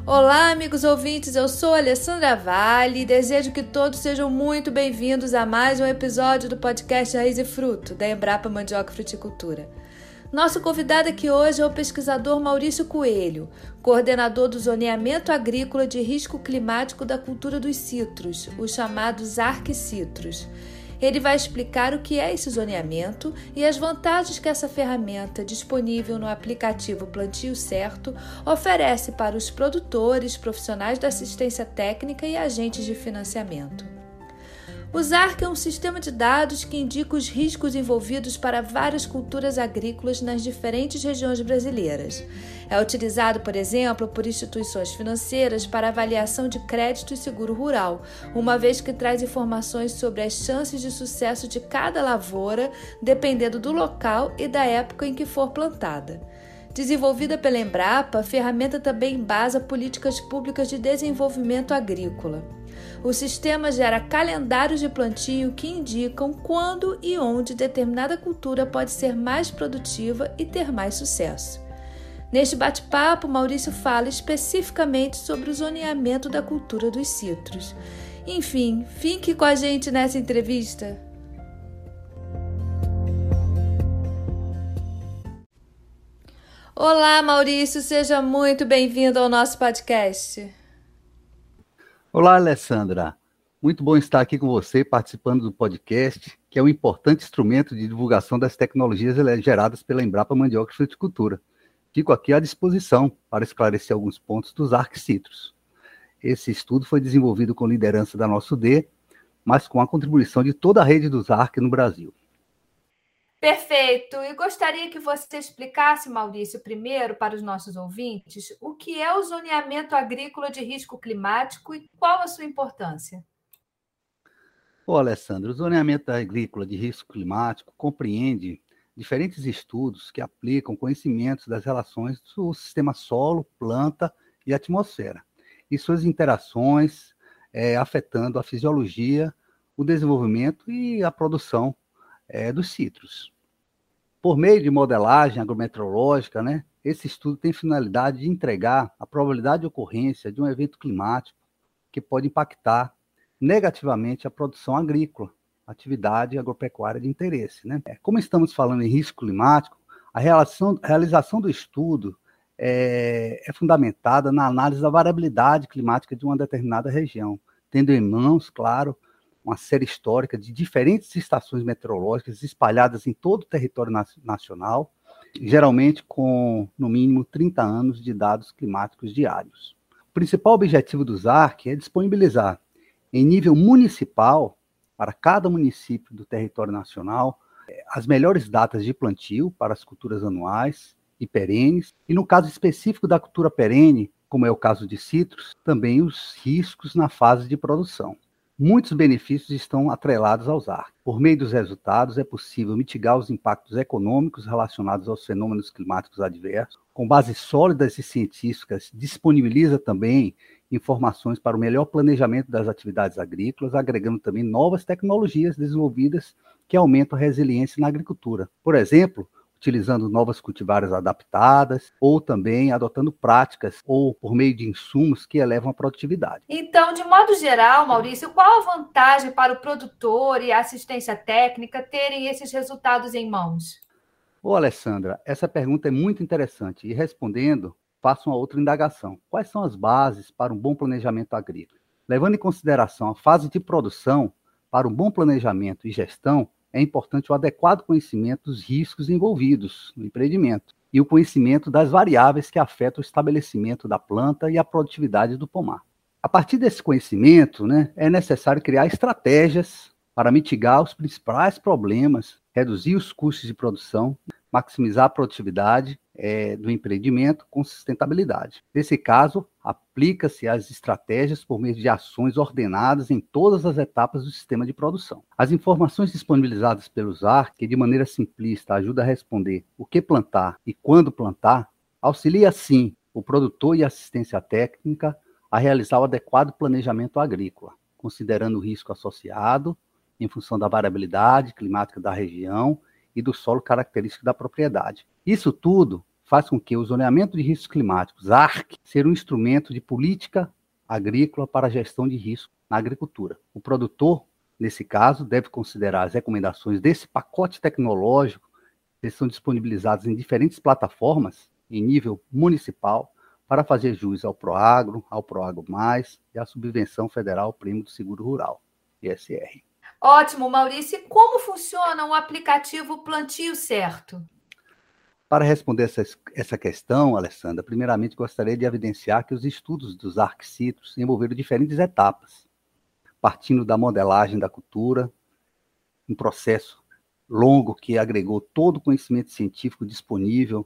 Olá, amigos ouvintes, eu sou Alessandra Vale e desejo que todos sejam muito bem-vindos a mais um episódio do podcast Raiz e Fruto, da Embrapa Mandioca e Fruticultura. Nosso convidado aqui hoje é o pesquisador Maurício Coelho, coordenador do Zoneamento Agrícola de Risco Climático da Cultura dos Citros, os chamados Arquicitros. Ele vai explicar o que é esse zoneamento e as vantagens que essa ferramenta, disponível no aplicativo Plantio Certo, oferece para os produtores, profissionais da assistência técnica e agentes de financiamento. O ZARC é um sistema de dados que indica os riscos envolvidos para várias culturas agrícolas nas diferentes regiões brasileiras. É utilizado, por exemplo, por instituições financeiras para avaliação de crédito e seguro rural, uma vez que traz informações sobre as chances de sucesso de cada lavoura, dependendo do local e da época em que for plantada. Desenvolvida pela Embrapa, a ferramenta também embasa políticas públicas de desenvolvimento agrícola. O sistema gera calendários de plantio que indicam quando e onde determinada cultura pode ser mais produtiva e ter mais sucesso. Neste bate-papo, Maurício fala especificamente sobre o zoneamento da cultura dos citros. Enfim, fique com a gente nessa entrevista. Olá, Maurício, seja muito bem-vindo ao nosso podcast. Olá, Alessandra. Muito bom estar aqui com você, participando do podcast, que é um importante instrumento de divulgação das tecnologias geradas pela Embrapa Mandioca e Fruticultura. Fico aqui à disposição para esclarecer alguns pontos dos Arquicitros. Esse estudo foi desenvolvido com liderança da nossa UD, mas com a contribuição de toda a rede dos Arc no Brasil. Perfeito. E gostaria que você explicasse, Maurício, primeiro para os nossos ouvintes, o que é o zoneamento agrícola de risco climático e qual a sua importância. Alessandro, o zoneamento agrícola de risco climático compreende diferentes estudos que aplicam conhecimentos das relações do sistema solo, planta e atmosfera, e suas interações afetando a fisiologia, o desenvolvimento e a produção dos citros. Por meio de modelagem agrometeorológica, esse estudo tem finalidade de entregar a probabilidade de ocorrência de um evento climático que pode impactar negativamente a produção agrícola, atividade agropecuária de interesse. Como estamos falando em risco climático, a realização do estudo é fundamentada na análise da variabilidade climática de uma determinada região, tendo em mãos, claro, uma série histórica de diferentes estações meteorológicas espalhadas em todo o território nacional, geralmente com, no mínimo, 30 anos de dados climáticos diários. O principal objetivo do ZARC é disponibilizar, em nível municipal, para cada município do território nacional, as melhores datas de plantio para as culturas anuais e perenes, e no caso específico da cultura perene, como é o caso de citros, também os riscos na fase de produção. Muitos benefícios estão atrelados aos ZARC. Por meio dos resultados, é possível mitigar os impactos econômicos relacionados aos fenômenos climáticos adversos. Com bases sólidas e científicas, disponibiliza também informações para o melhor planejamento das atividades agrícolas, agregando também novas tecnologias desenvolvidas que aumentam a resiliência na agricultura. Por exemplo, utilizando novas cultivares adaptadas ou também adotando práticas ou por meio de insumos que elevam a produtividade. Então, de modo geral, Maurício, qual a vantagem para o produtor e a assistência técnica terem esses resultados em mãos? Alessandra, essa pergunta é muito interessante e respondendo, faço uma outra indagação. Quais são as bases para um bom planejamento agrícola? Levando em consideração a fase de produção, para um bom planejamento e gestão, é importante o adequado conhecimento dos riscos envolvidos no empreendimento e o conhecimento das variáveis que afetam o estabelecimento da planta e a produtividade do pomar. A partir desse conhecimento, é necessário criar estratégias para mitigar os principais problemas, reduzir os custos de produção, maximizar a produtividade do empreendimento com sustentabilidade. Nesse caso, aplica-se as estratégias por meio de ações ordenadas em todas as etapas do sistema de produção. As informações disponibilizadas pelo ZARC, que de maneira simplista ajuda a responder o que plantar e quando plantar, auxilia, sim, o produtor e a assistência técnica a realizar o adequado planejamento agrícola, considerando o risco associado em função da variabilidade climática da região e do solo característico da propriedade. Isso tudo faz com que o zoneamento de riscos climáticos, ZARC, seja um instrumento de política agrícola para a gestão de risco na agricultura. O produtor, nesse caso, deve considerar as recomendações desse pacote tecnológico que são disponibilizados em diferentes plataformas em nível municipal para fazer jus ao Proagro, ao Proagro Mais e à Subvenção Federal Prêmio do Seguro Rural, ISR. Ótimo, Maurício. E como funciona o aplicativo Plantio Certo? Para responder essa questão, Alessandra, primeiramente gostaria de evidenciar que os estudos dos ArcCitrus envolveram diferentes etapas, partindo da modelagem da cultura, um processo longo que agregou todo o conhecimento científico disponível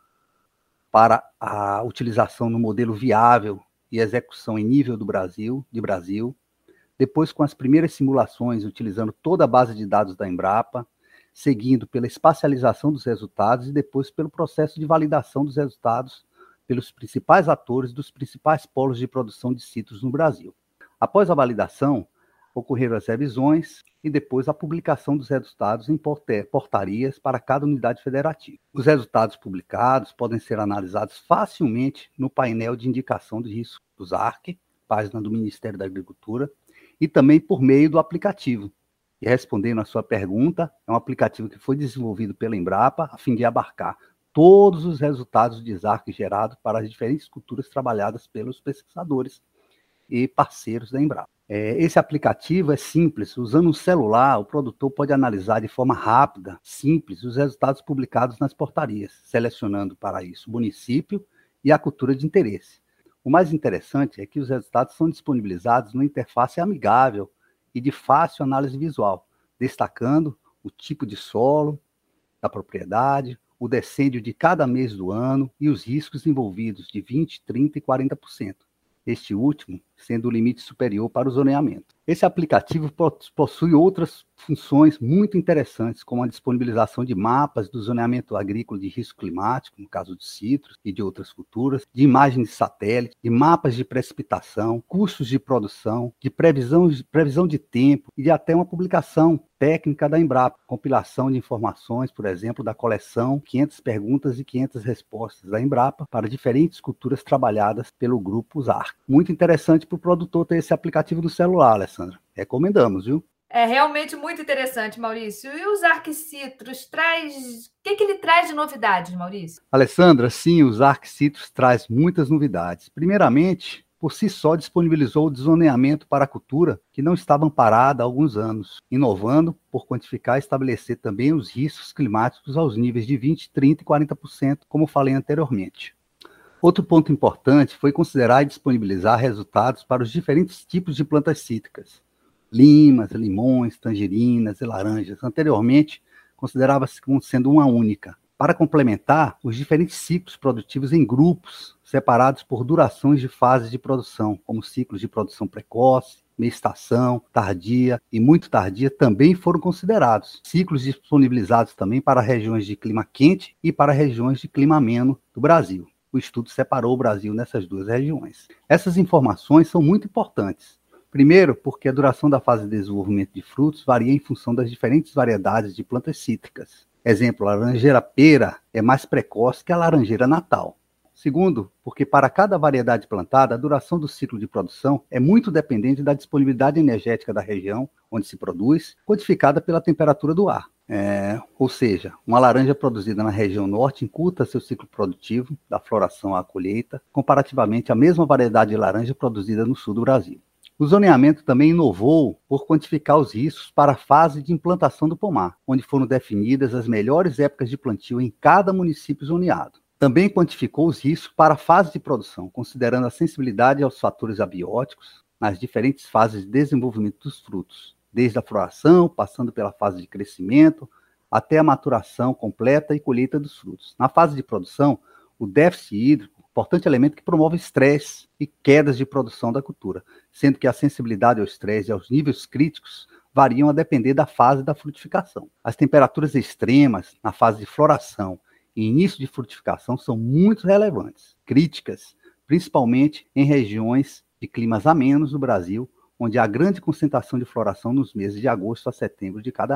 para a utilização no modelo viável e execução em nível de Brasil, depois com as primeiras simulações utilizando toda a base de dados da Embrapa, seguindo pela espacialização dos resultados e depois pelo processo de validação dos resultados pelos principais atores dos principais polos de produção de citros no Brasil. Após a validação, ocorreram as revisões e depois a publicação dos resultados em portarias para cada unidade federativa. Os resultados publicados podem ser analisados facilmente no painel de indicação de risco dos ARC, página do Ministério da Agricultura, e também por meio do aplicativo. E respondendo à sua pergunta, é um aplicativo que foi desenvolvido pela Embrapa a fim de abarcar todos os resultados de ZARC gerados para as diferentes culturas trabalhadas pelos pesquisadores e parceiros da Embrapa. Esse aplicativo é simples. Usando um celular, o produtor pode analisar de forma rápida, simples, os resultados publicados nas portarias, selecionando para isso o município e a cultura de interesse. O mais interessante é que os resultados são disponibilizados numa interface amigável e de fácil análise visual, destacando o tipo de solo da propriedade, o decêndio de cada mês do ano e os riscos envolvidos de 20%, 30% e 40%. Este último sendo o limite superior para o zoneamento. Esse aplicativo possui outras funções muito interessantes, como a disponibilização de mapas do zoneamento agrícola de risco climático, no caso de citros e de outras culturas, de imagens de satélite, de mapas de precipitação, custos de produção, de previsão de tempo e de até uma publicação técnica da Embrapa, compilação de informações, por exemplo, da coleção 500 perguntas e 500 respostas da Embrapa para diferentes culturas trabalhadas pelo grupo ZARC. Muito interessante para o produtor ter esse aplicativo no celular, Alessandra. Recomendamos, viu? É realmente muito interessante, Maurício. E os ArcCitrus o que ele traz de novidades, Maurício? Alessandra, sim, os ArcCitrus traz muitas novidades. Primeiramente, por si só disponibilizou o desoneamento para a cultura que não estava amparada há alguns anos, inovando por quantificar e estabelecer também os riscos climáticos aos níveis de 20%, 30% e 40%, como falei anteriormente. Outro ponto importante foi considerar e disponibilizar resultados para os diferentes tipos de plantas cítricas, limas, limões, tangerinas e laranjas. Anteriormente, considerava-se como sendo uma única, para complementar os diferentes ciclos produtivos em grupos, separados por durações de fases de produção, como ciclos de produção precoce, meia estação, tardia e muito tardia também foram considerados. Ciclos disponibilizados também para regiões de clima quente e para regiões de clima ameno do Brasil. O estudo separou o Brasil nessas duas regiões. Essas informações são muito importantes. Primeiro, porque a duração da fase de desenvolvimento de frutos varia em função das diferentes variedades de plantas cítricas. Exemplo, a laranjeira pera é mais precoce que a laranjeira natal. Segundo, porque para cada variedade plantada, a duração do ciclo de produção é muito dependente da disponibilidade energética da região onde se produz, codificada pela temperatura do ar. Ou seja, uma laranja produzida na região norte encurta seu ciclo produtivo, da floração à colheita, comparativamente à mesma variedade de laranja produzida no sul do Brasil. O zoneamento também inovou por quantificar os riscos para a fase de implantação do pomar, onde foram definidas as melhores épocas de plantio em cada município zoneado. Também quantificou os riscos para a fase de produção, considerando a sensibilidade aos fatores abióticos nas diferentes fases de desenvolvimento dos frutos, desde a floração, passando pela fase de crescimento, até a maturação completa e colheita dos frutos. Na fase de produção, o déficit hídrico, importante elemento que promove estresse e quedas de produção da cultura, sendo que a sensibilidade ao estresse e aos níveis críticos variam a depender da fase da frutificação. As temperaturas extremas na fase de floração e início de frutificação são muito relevantes, críticas, principalmente em regiões de climas amenos do Brasil, onde há grande concentração de floração nos meses de agosto a setembro de cada ano.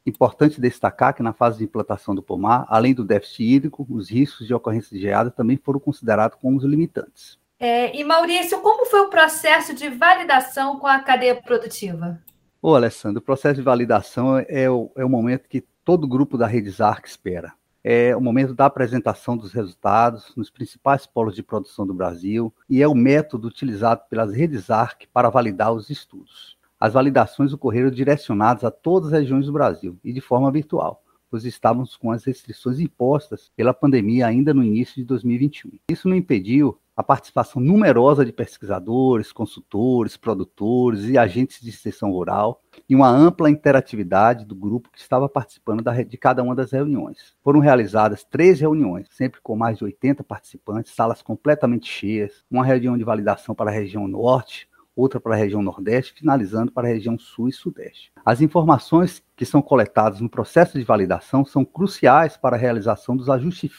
Importante destacar que na fase de implantação do pomar, além do déficit hídrico, os riscos de ocorrência de geada também foram considerados como os limitantes. E Maurício, como foi o processo de validação com a cadeia produtiva? Alessandro, o processo de validação é o momento que todo grupo da Rede Zarc espera. É o momento da apresentação dos resultados nos principais polos de produção do Brasil e é o método utilizado pelas Redes Zarc para validar os estudos. As validações ocorreram direcionadas a todas as regiões do Brasil e de forma virtual, pois estávamos com as restrições impostas pela pandemia ainda no início de 2021. Isso não impediu a participação numerosa de pesquisadores, consultores, produtores e agentes de extensão rural e uma ampla interatividade do grupo que estava participando de cada uma das reuniões. Foram realizadas 3 reuniões, sempre com mais de 80 participantes, salas completamente cheias, uma reunião de validação para a região norte, outra para a região nordeste, finalizando para a região sul e sudeste. As informações que são coletadas no processo de validação são cruciais para a realização dos ajustes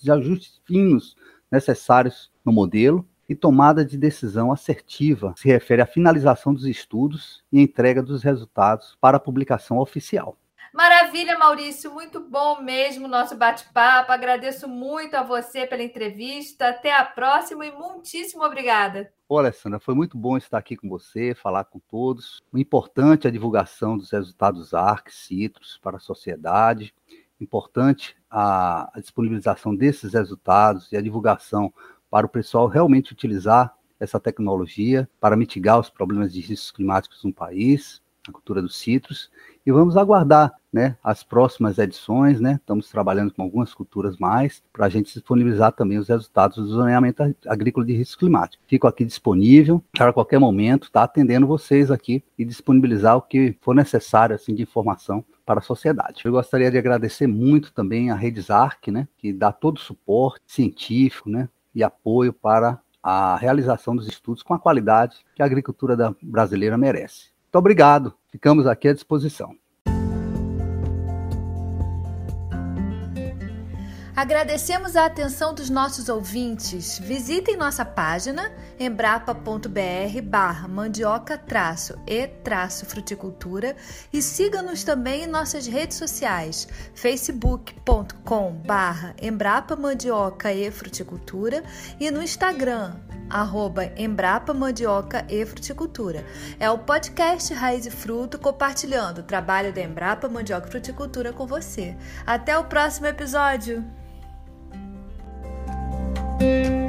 finos necessários no modelo e tomada de decisão assertiva se refere à finalização dos estudos e entrega dos resultados para a publicação oficial. Maravilha, Maurício, muito bom mesmo o nosso bate-papo. Agradeço muito a você pela entrevista. Até a próxima e muitíssimo obrigada. Alessandra, foi muito bom estar aqui com você, falar com todos. O importante é a divulgação dos resultados Zarc, Citrus para a sociedade. Importante a disponibilização desses resultados e a divulgação para o pessoal realmente utilizar essa tecnologia para mitigar os problemas de riscos climáticos no país, a cultura dos citros. E vamos aguardar, né, as próximas edições, né? Estamos trabalhando com algumas culturas mais para a gente disponibilizar também os resultados do zoneamento agrícola de risco climático. Fico aqui disponível para qualquer momento, tá atendendo vocês aqui e disponibilizar o que for necessário assim de informação para a sociedade. Eu gostaria de agradecer muito também a Rede Zarc, né, que dá todo o suporte científico, né, e apoio para a realização dos estudos com a qualidade que a agricultura brasileira merece. Muito obrigado. Ficamos aqui à disposição. Agradecemos a atenção dos nossos ouvintes. Visitem nossa página embrapa.br/mandioca-e-fruticultura e siga-nos também em nossas redes sociais, facebook.com/embrapa-mandioca-e-fruticultura e no Instagram, @embrapa-mandioca-e-fruticultura. É o podcast Raiz e Fruto compartilhando o trabalho da Embrapa Mandioca e Fruticultura com você. Até o próximo episódio!